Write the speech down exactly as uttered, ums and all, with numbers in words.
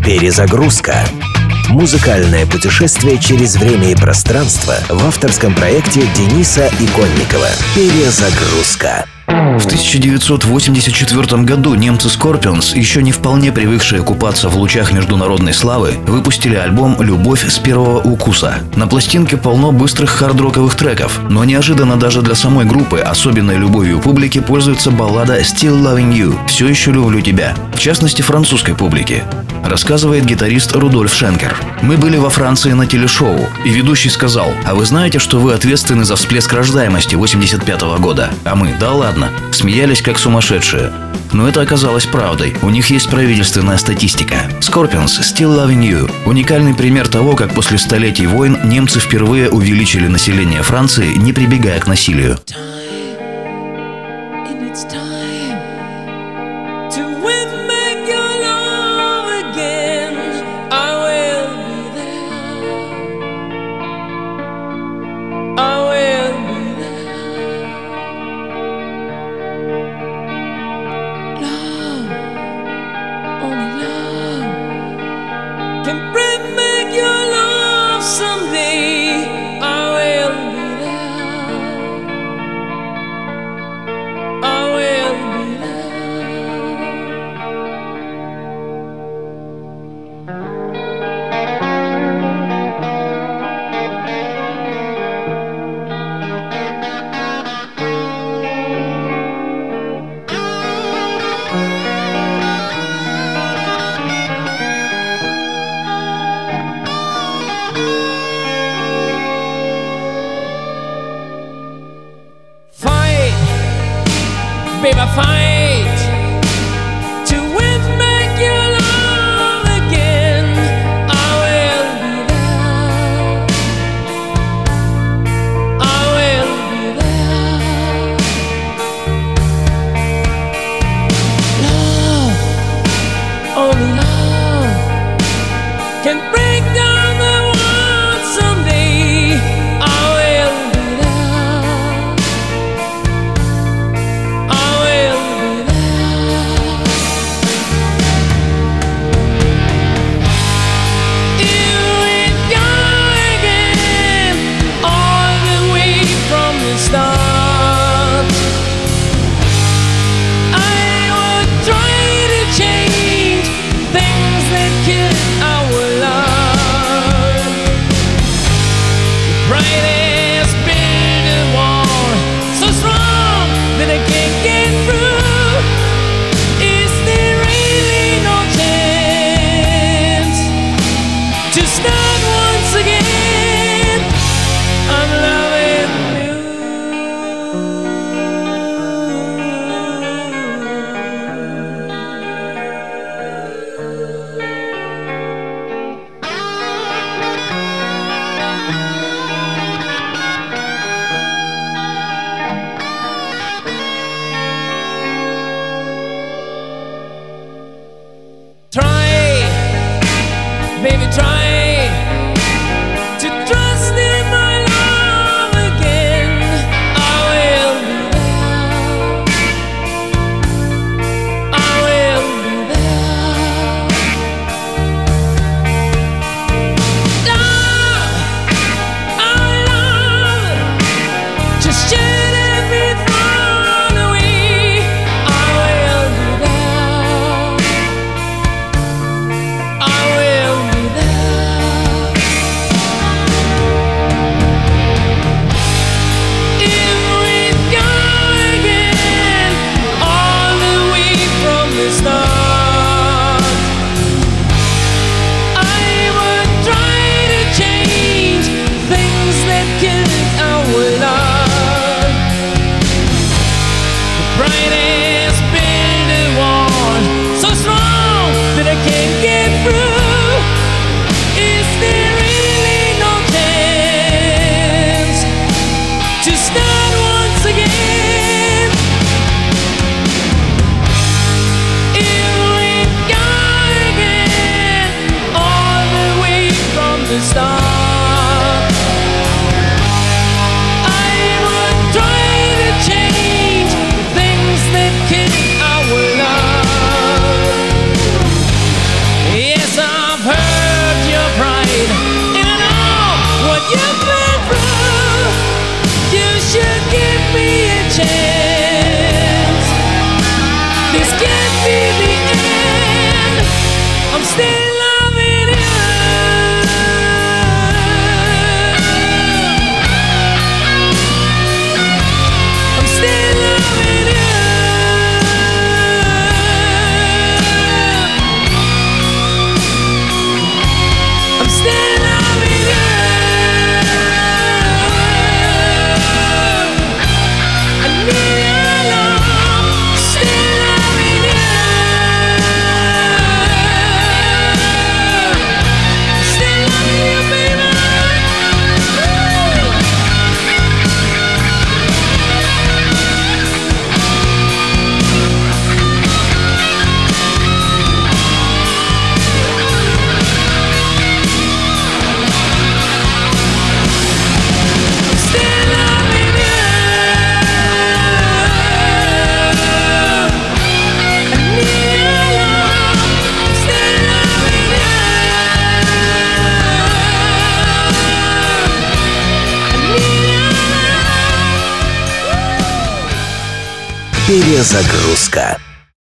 Перезагрузка. Музыкальное путешествие через время и пространство в авторском проекте Дениса Иконникова. Перезагрузка. В тысяча девятьсот восемьдесят четвёртом году немцы Scorpions, еще не вполне привыкшие купаться в лучах международной славы, выпустили альбом «Любовь с первого укуса». На пластинке полно быстрых хард-роковых треков, но неожиданно даже для самой группы особенной любовью публики пользуется баллада «Still Loving You» – «Все еще люблю тебя», в частности французской публики. Рассказывает гитарист Рудольф Шенкер. «Мы были во Франции на телешоу, и ведущий сказал: а вы знаете, что вы ответственны за всплеск рождаемости восемьдесят пятого года? А мы: да ладно. Смеялись как сумасшедшие. Но это оказалось правдой. У них есть правительственная статистика. Scorpions Still Loving You – уникальный пример того, как после столетий войн немцы впервые увеличили население Франции, не прибегая к насилию. Can bring back your love someday. I will be there. I will be babe, I fight to win back your love again. I will be there. I will be there. Love, only love can break down the world someday. I will be there. I will be there. You and I again, all the way from the start. I would try to change things that kill our love. The brightest build a wall so strong that I can't get through. Is there really no chance to start once again? I'm loving you. still loving you. I'm still loving you. I'm still loving you. I need your love. Still loving you. Still loving you, baby. Still loving you. I need your love. Still loving you. I need your love. Перезагрузка.